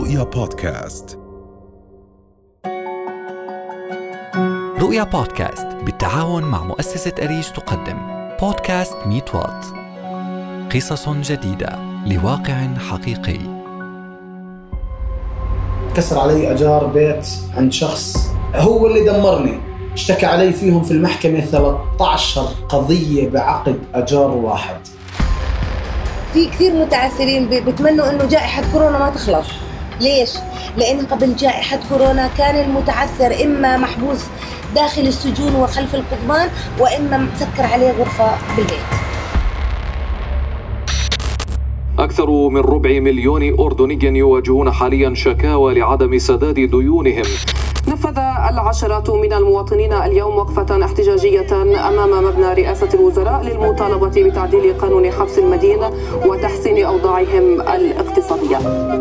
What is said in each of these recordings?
رؤيا بودكاست. رؤيا بودكاست بالتعاون مع مؤسسة أريج تقدم بودكاست 100 واط، قصص جديدة لواقع حقيقي. كسر علي أجار بيت عند شخص هو اللي دمرني. اشتكى علي فيهم في المحكمة 13 قضية بعقد أجار واحد. في كثير متعثرين بتمنوا إنه جائحة كورونا ما تخلص. ليش؟ لأن قبل جائحة كورونا كان المتعثر إما محبوس داخل السجون وخلف القضبان، وإما مسكر عليه غرفة بالبيت. أكثر من 250,000 أردني يواجهون حاليا شكاوى لعدم سداد ديونهم. نفذ العشرات من المواطنين اليوم وقفة احتجاجية أمام مبنى رئاسة الوزراء للمطالبة بتعديل قانون حبس المدين وتحسين أوضاعهم الاقتصادية.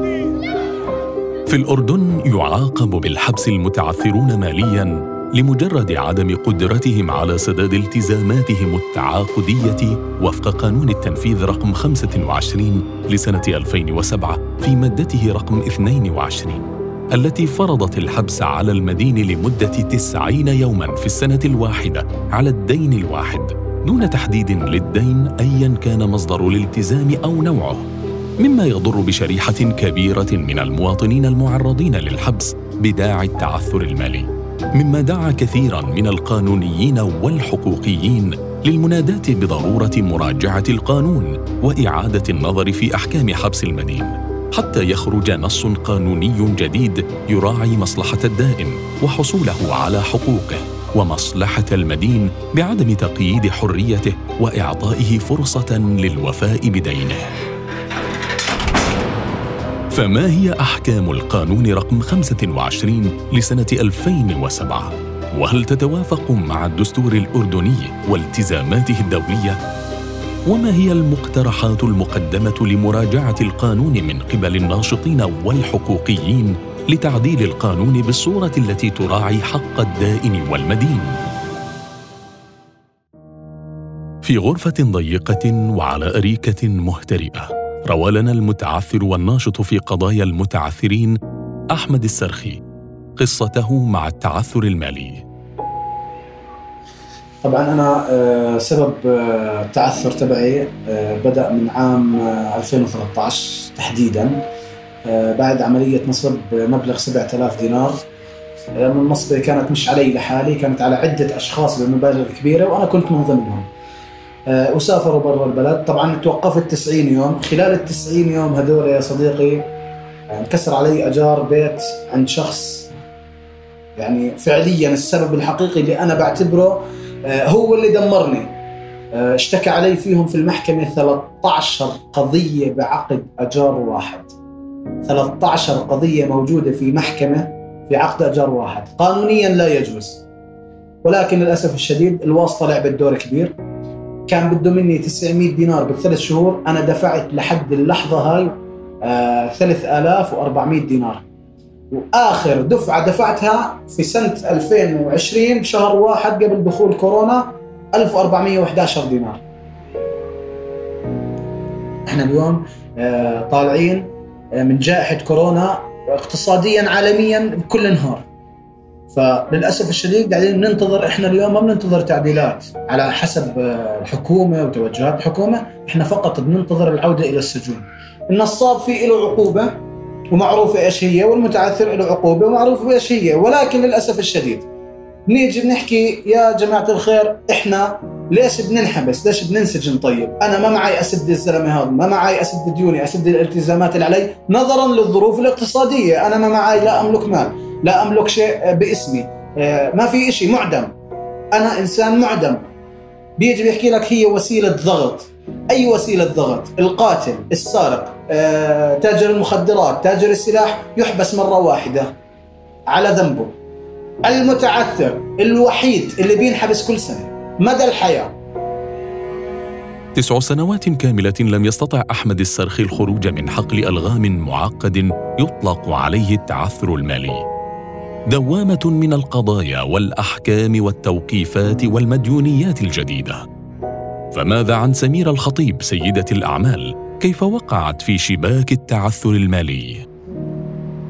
في الأردن يعاقب بالحبس المتعثرون مالياً لمجرد عدم قدرتهم على سداد التزاماتهم التعاقدية وفق قانون التنفيذ رقم 25 لسنة 2007 في مادته رقم 22، التي فرضت الحبس على المدين لمدة 90 يوماً في السنة الواحدة على الدين الواحد، دون تحديد للدين أياً كان مصدر الالتزام أو نوعه، مما يضر بشريحة كبيرة من المواطنين المعرضين للحبس بداعي التعثر المالي، مما دعا كثيراً من القانونيين والحقوقيين للمناداة بضرورة مراجعة القانون وإعادة النظر في أحكام حبس المدين، حتى يخرج نص قانوني جديد يراعي مصلحة الدائن وحصوله على حقوقه ومصلحة المدين بعدم تقييد حريته وإعطائه فرصة للوفاء بدينه. فما هي أحكام القانون رقم 25 لسنة 2007؟ وهل تتوافق مع الدستور الأردني والتزاماته الدولية؟ وما هي المقترحات المقدمة لمراجعة القانون من قبل الناشطين والحقوقيين لتعديل القانون بالصورة التي تراعي حق الدائن والمدين؟ في غرفة ضيقة وعلى أريكة مهترئة روى لنا المتعثر والناشط في قضايا المتعثرين أحمد السرخي قصته مع التعثر المالي. طبعا أنا سبب التعثر تبعي بدأ من عام 2013 تحديدا، بعد عملية نصب مبلغ 7,000 دينار. النصبة كانت مش علي لحالي، كانت على عدة أشخاص بمبالغ كبيرة وأنا كنت من ضمنهم. وسافروا برا البلد. طبعا توقفت 90 يوم. خلال 90 يوم هذول يا صديقي انكسر علي أجار بيت عند شخص يعني فعليا السبب الحقيقي اللي أنا بعتبره هو اللي دمرني. اشتكى علي فيهم في المحكمة 13 قضية بعقد أجار واحد. 13 قضية موجودة في محكمة في عقد أجار واحد. قانونيا لا يجوز، ولكن للأسف الشديد الواسطة لعبت دور كبير. كان بده مني 900 دينار بالثلاث شهور، أنا دفعت لحد اللحظة هاي 3,400 دينار، وآخر دفعة دفعتها في سنة 2020 بشهر 1 قبل دخول كورونا 1,411 دينار. احنا اليوم طالعين من جائحة كورونا اقتصاديا عالميا بكل انهار، فللأسف الشديد قاعدين ننتظر. احنا اليوم ما بننتظر تعديلات على حسب الحكومة وتوجهات الحكومة، احنا فقط بننتظر العودة إلى السجون. النصاب فيه له عقوبة ومعروفة ايش هي، والمتعثر له عقوبة ومعروفة ايش هي، ولكن للأسف الشديد نيجي بنحكي يا جماعة الخير احنا ليش بننحبس، ليش بننسجن؟ طيب أنا ما معي أسد الزلمة هذا، ما معي أسد ديوني، أسد الالتزامات اللي علي نظرا للظروف الاقتصادية. أنا ما معي، لا أملك مال، لا أملك شيء باسمي، ما في إشي، معدم، أنا إنسان معدم. بيجي بيحكي لك هي وسيلة ضغط. أي وسيلة ضغط؟ القاتل، السارق، تاجر المخدرات، تاجر السلاح يحبس مرة واحدة على ذنبه. المتعثر الوحيد اللي بينحبس كل سنة مدى الحياة. 9 سنوات كاملة لم يستطع أحمد السرخي الخروج من حقل ألغام معقد يطلق عليه التعثر المالي. دوامة من القضايا والأحكام والتوقيفات والمديونيات الجديدة. فماذا عن سميرة الخطيب سيدة الأعمال؟ كيف وقعت في شباك التعثر المالي؟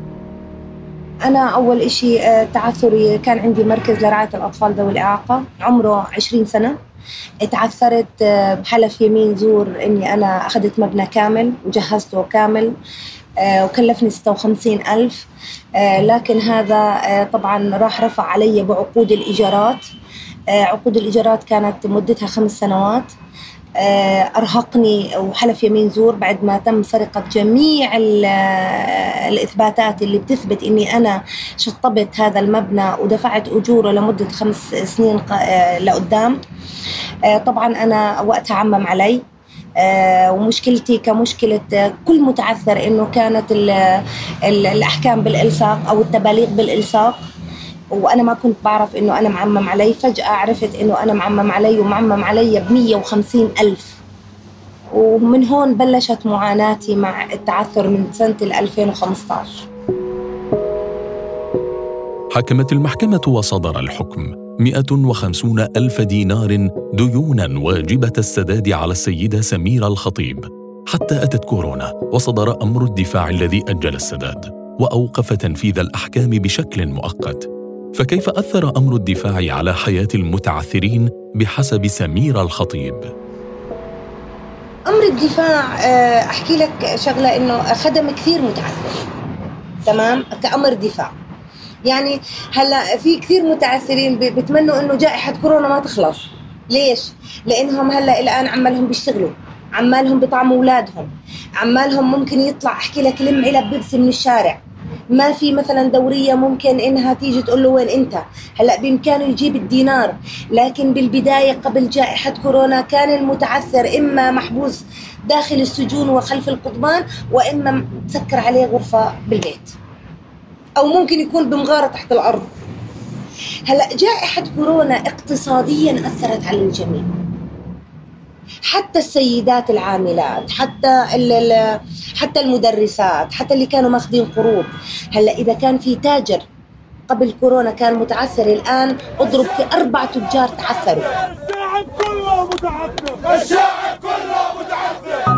أنا أول إشي تعثري، كان عندي مركز لرعاية الأطفال ذوي الإعاقة عمره 20 سنة. تعثرت بحلف يمين زور إني أنا أخذت مبنى كامل وجهزته كامل وكلفني 56,000، لكن هذا طبعا راح رفع علي بعقود الإيجارات. عقود الإيجارات كانت مدتها 5 سنوات. أرهقني وحلف يمين زور بعد ما تم سرقة جميع الإثباتات اللي بتثبت إني أنا شطبت هذا المبنى ودفعت أجوره لمدة 5 سنين لقدام. طبعا أنا وقتها عمم علي، ومشكلتي كمشكلة كل متعثر إنه كانت الأحكام بالإلصاق أو التباليغ بالإلصاق، وأنا ما كنت بعرف إنه أنا معمم علي. فجأة عرفت إنه أنا معمم علي ومعمم علي ب150,000، ومن هون بلشت معاناتي مع التعثر من سنة 2015. حكمت المحكمة وصدر الحكم 150,000 دينار ديوناً واجبة السداد على السيدة سميرة الخطيب، حتى أتت كورونا وصدر أمر الدفاع الذي أجل السداد وأوقف تنفيذ الأحكام بشكل مؤقت. فكيف أثر أمر الدفاع على حياة المتعثرين بحسب سميرة الخطيب؟ أمر الدفاع أحكي لك شغلة، إنه خدم كثير متعثر، تمام، كأمر دفاع. يعني هلأ في كثير متعثرين بتمنوا إنه جائحة كورونا ما تخلص. ليش؟ لأنهم هلأ الآن عمالهم بيشتغلوا، عمالهم بيطعموا أولادهم، عمالهم ممكن يطلع أحكي لك لم علب بيبسي من الشارع، ما في مثلا دورية ممكن إنها تيجي تقول له وين أنت. هلأ بإمكانه يجيب الدينار، لكن بالبداية قبل جائحة كورونا كان المتعثر إما محبوس داخل السجون وخلف القضبان، وإما تسكر عليه غرفة بالبيت، أو ممكن يكون بمغارة تحت الأرض. هلأ جائحة كورونا اقتصاديا أثرت على الجميع، حتى السيدات العاملات، حتى المدرسات، حتى اللي كانوا ماخذين قروض. هلا إذا كان في تاجر قبل كورونا كان متعثر، الآن اضرب في 4 تجار تعثروا. الشعب كله متعثر، الشعب كله متعثر،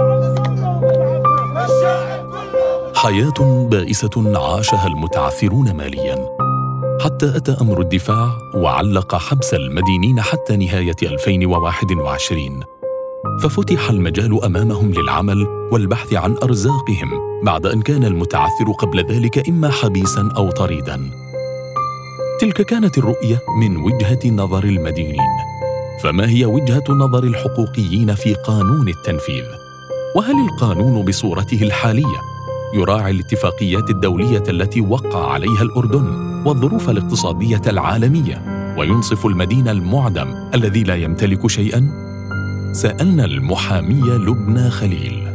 الشعب كله. حياة بائسة عاشها المتعثرون مالياً، حتى أتى أمر الدفاع وعلق حبس المدينين حتى نهاية 2021، ففتح المجال أمامهم للعمل والبحث عن أرزاقهم بعد أن كان المتعثر قبل ذلك إما حبيساً أو طريداً. تلك كانت الرؤية من وجهة نظر المدينين، فما هي وجهة نظر الحقوقيين في قانون التنفيذ؟ وهل القانون بصورته الحالية يراعي الاتفاقيات الدولية التي وقع عليها الأردن والظروف الاقتصادية العالمية وينصف المدين المعدم الذي لا يمتلك شيئاً؟ سألنا المحامية لبنى خليل.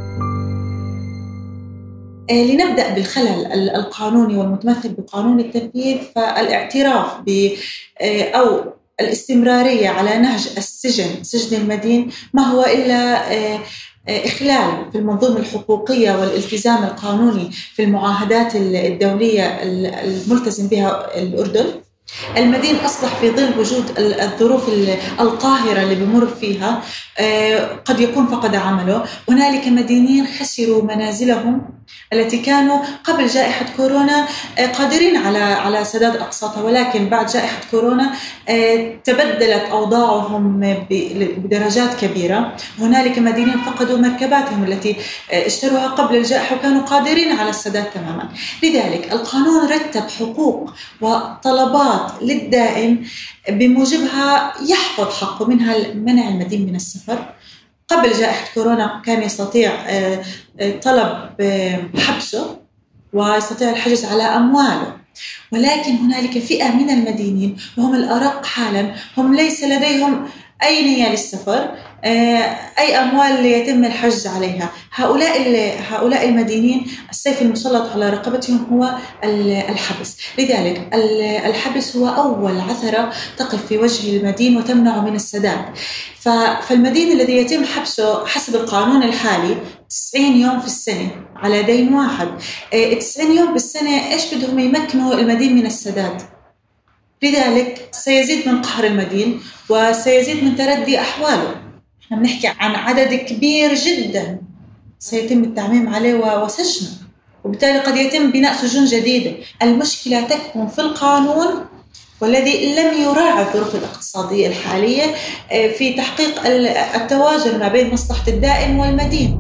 لنبدأ بالخلل القانوني والمتمثل بقانون التنفيذ، فالاعتراف أو الاستمرارية على نهج سجن المدين ما هو إلا إخلال في المنظومة الحقوقية والالتزام القانوني في المعاهدات الدولية الملتزم بها الأردن. المدين أصبح في ظل وجود الظروف القاهرة اللي بمر فيها قد يكون فقد عمله. هنالك مدينين خسروا منازلهم التي كانوا قبل جائحة كورونا قادرين على سداد أقساطها، ولكن بعد جائحة كورونا تبدلت أوضاعهم بدرجات كبيرة. هنالك مدينين فقدوا مركباتهم التي اشتروها قبل الجائحة وكانوا قادرين على السداد تماما. لذلك القانون رتب حقوق وطلبات للدائن بموجبها يحفظ حقه، منها منع المدين من السفر. قبل جائحة كورونا كان يستطيع طلب حبسه ويستطيع الحجز على أمواله، ولكن هنالك فئة من المدينين وهم الأرق حالا، هم ليس لديهم أي نية للسفر، أي أموال يتم الحجز عليها. هؤلاء المدينين السيف المسلط على رقبتهم هو الحبس. لذلك الحبس هو أول عثرة تقف في وجه المدين وتمنع من السداد. فالمدين الذي يتم حبسه حسب القانون الحالي 90 يوم في السنة على دين واحد. 90 يوم بالسنة إيش بدهم يمكنوا المدين من السداد؟ لذلك سيزيد من قهر المدين وسيزيد من تردي أحواله. نحن بنحكي عن عدد كبير جدا سيتم التعميم عليه وسجنه وبالتالي قد يتم بناء سجون جديدة. المشكلة تكمن في القانون والذي لم يراعي الظروف الاقتصادية الحالية في تحقيق التوازن ما بين مصلحة الدائن والمدين.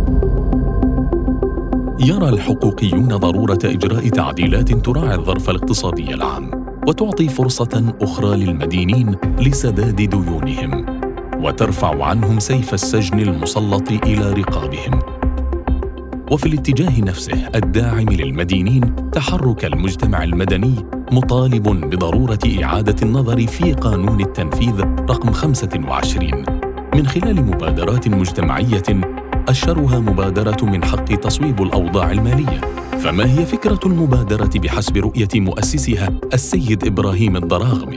يرى الحقوقيون ضرورة إجراء تعديلات تراعي الظرف الاقتصادي العام وتعطي فرصة أخرى للمدينين لسداد ديونهم وترفع عنهم سيف السجن المسلط إلى رقابهم. وفي الاتجاه نفسه الداعم للمدينين تحرك المجتمع المدني مطالب بضرورة إعادة النظر في قانون التنفيذ رقم 25 من خلال مبادرات مجتمعية أشهرها مبادرة من حق تصويب الأوضاع المالية. فما هي فكرة المبادرة بحسب رؤية مؤسسها السيد إبراهيم الضراغمي؟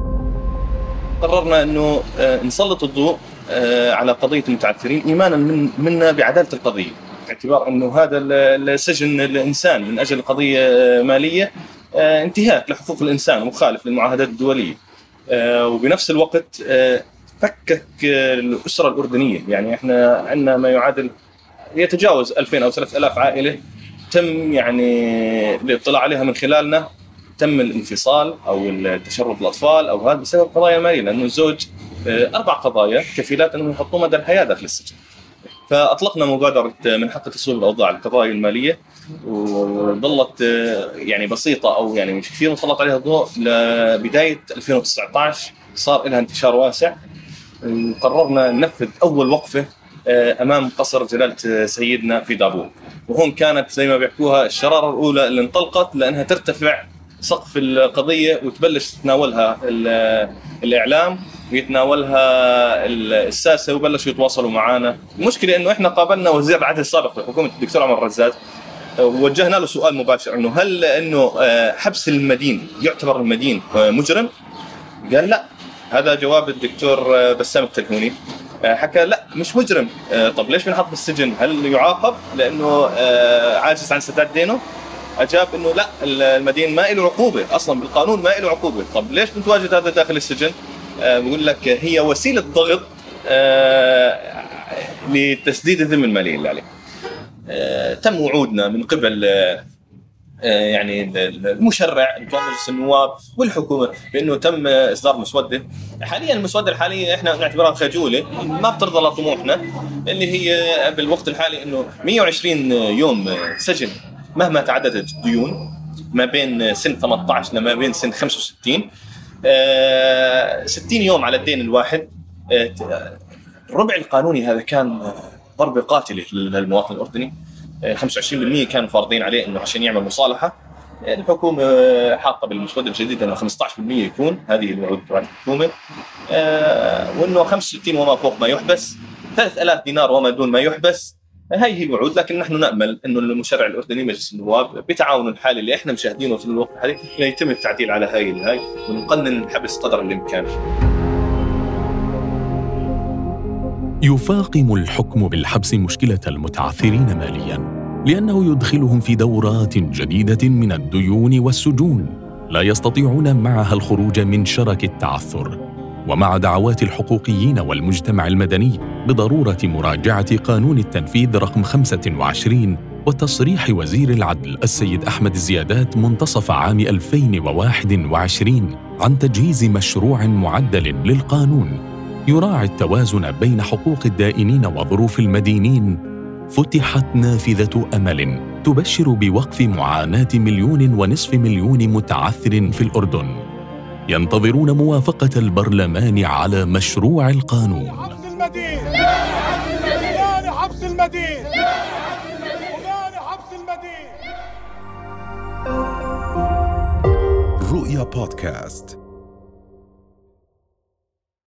قررنا أنه نسلط الضوء على قضية المتعثرين إيمانا منا بعدالة القضية، باعتبار أنه هذا السجن الإنسان من أجل قضية مالية انتهاك لحقوق الإنسان ومخالف للمعاهدات الدولية، وبنفس الوقت فكك الأسرة الأردنية. يعني إحنا عندنا ما يعادل يتجاوز 2000 أو 3000 عائلة تم يعني الاطلاع عليها من خلالنا تم الانفصال أو التشرد الأطفال أو هذا بسبب قضايا مالية، لأنه الزوج 4 قضايا كفيلات أنهم يحطوا مدى الحياة داخل السجن. فأطلقنا مبادرة من حق تصويب الأوضاع القضايا المالية، وظلت يعني بسيطة أو يعني مش كثير نسلط عليها الضوء لبداية 2019 صار لها انتشار واسع. قررنا ننفذ أول وقفة أمام قصر جلالة سيدنا في دابور، وهون كانت زي ما بيحكوها الشرارة الأولى اللي انطلقت لأنها ترتفع سقف القضية وتبلش تتناولها الإعلام ويتناولها الساسة وبلشوا يتواصلوا معنا. المشكلة إنه إحنا قابلنا وزير العدل السابق في حكومة الدكتور عمر رزاز ووجهنا له سؤال مباشر إنه هل إنه حبس المدين يعتبر المدين مجرم؟ قال لا. هذا جواب الدكتور بسام التلهوني، حكى لا مش مجرم. طب ليش بنحط بالسجن؟ هل يعاقب لأنه عاجز عن سداد دينه؟ أجاب إنه لا، المدين ما له عقوبة أصلاً بالقانون، ما له عقوبة. طب ليش بنتواجد هذا داخل السجن؟ بقول لك هي وسيلة ضغط لتسديد الذمة المالية اللي عليه. تم وعودنا من قبل يعني المشرع مجلس النواب والحكومة بأنه تم إصدار مسودة. حاليا المسودة الحالية إحنا نعتبرها خجولة ما بترضى لطموحنا، اللي هي بالوقت الحالي إنه 120 يوم سجن مهما تعددت الديون ما بين سن 18 لما بين سن 65، 60 يوم على الدين الواحد. الربع القانوني هذا كان ضربة قاتلة للمواطن الأردني. 25% كانوا فارضين عليه إنه عشان يعمل مصالحة. الحكومة حاطة بالمسودة الجديدة إنه 15% يكون، هذه الوعود تبع الحكومة، وإنه 65 وما فوق ما يحبس، 3000 دينار وما دون ما يحبس. هاي هي الوعود. لكن نحن نأمل إنه المشرع الأردني مجلس النواب بتعاون الحالي اللي إحنا مشاهدينه في الوقت الحالي يتم التعديل على هاي ونقنن الحبس قدر الإمكان. يفاقم الحكم بالحبس مشكلة المتعثرين مالياً لأنه يدخلهم في دورات جديدة من الديون والسجون لا يستطيعون معها الخروج من شرك التعثر. ومع دعوات الحقوقيين والمجتمع المدني بضرورة مراجعة قانون التنفيذ رقم 25 وتصريح وزير العدل السيد أحمد الزيادات منتصف عام 2021 عن تجهيز مشروع معدل للقانون يراعي التوازن بين حقوق الدائنين وظروف المدينين، فتحت نافذة أمل تبشر بوقف معاناة 1.5 مليون متعثر في الأردن ينتظرون موافقة البرلمان على مشروع القانون. حبس المدين، لا حبس المدين، لا حبس المدين. رؤيا بودكاست.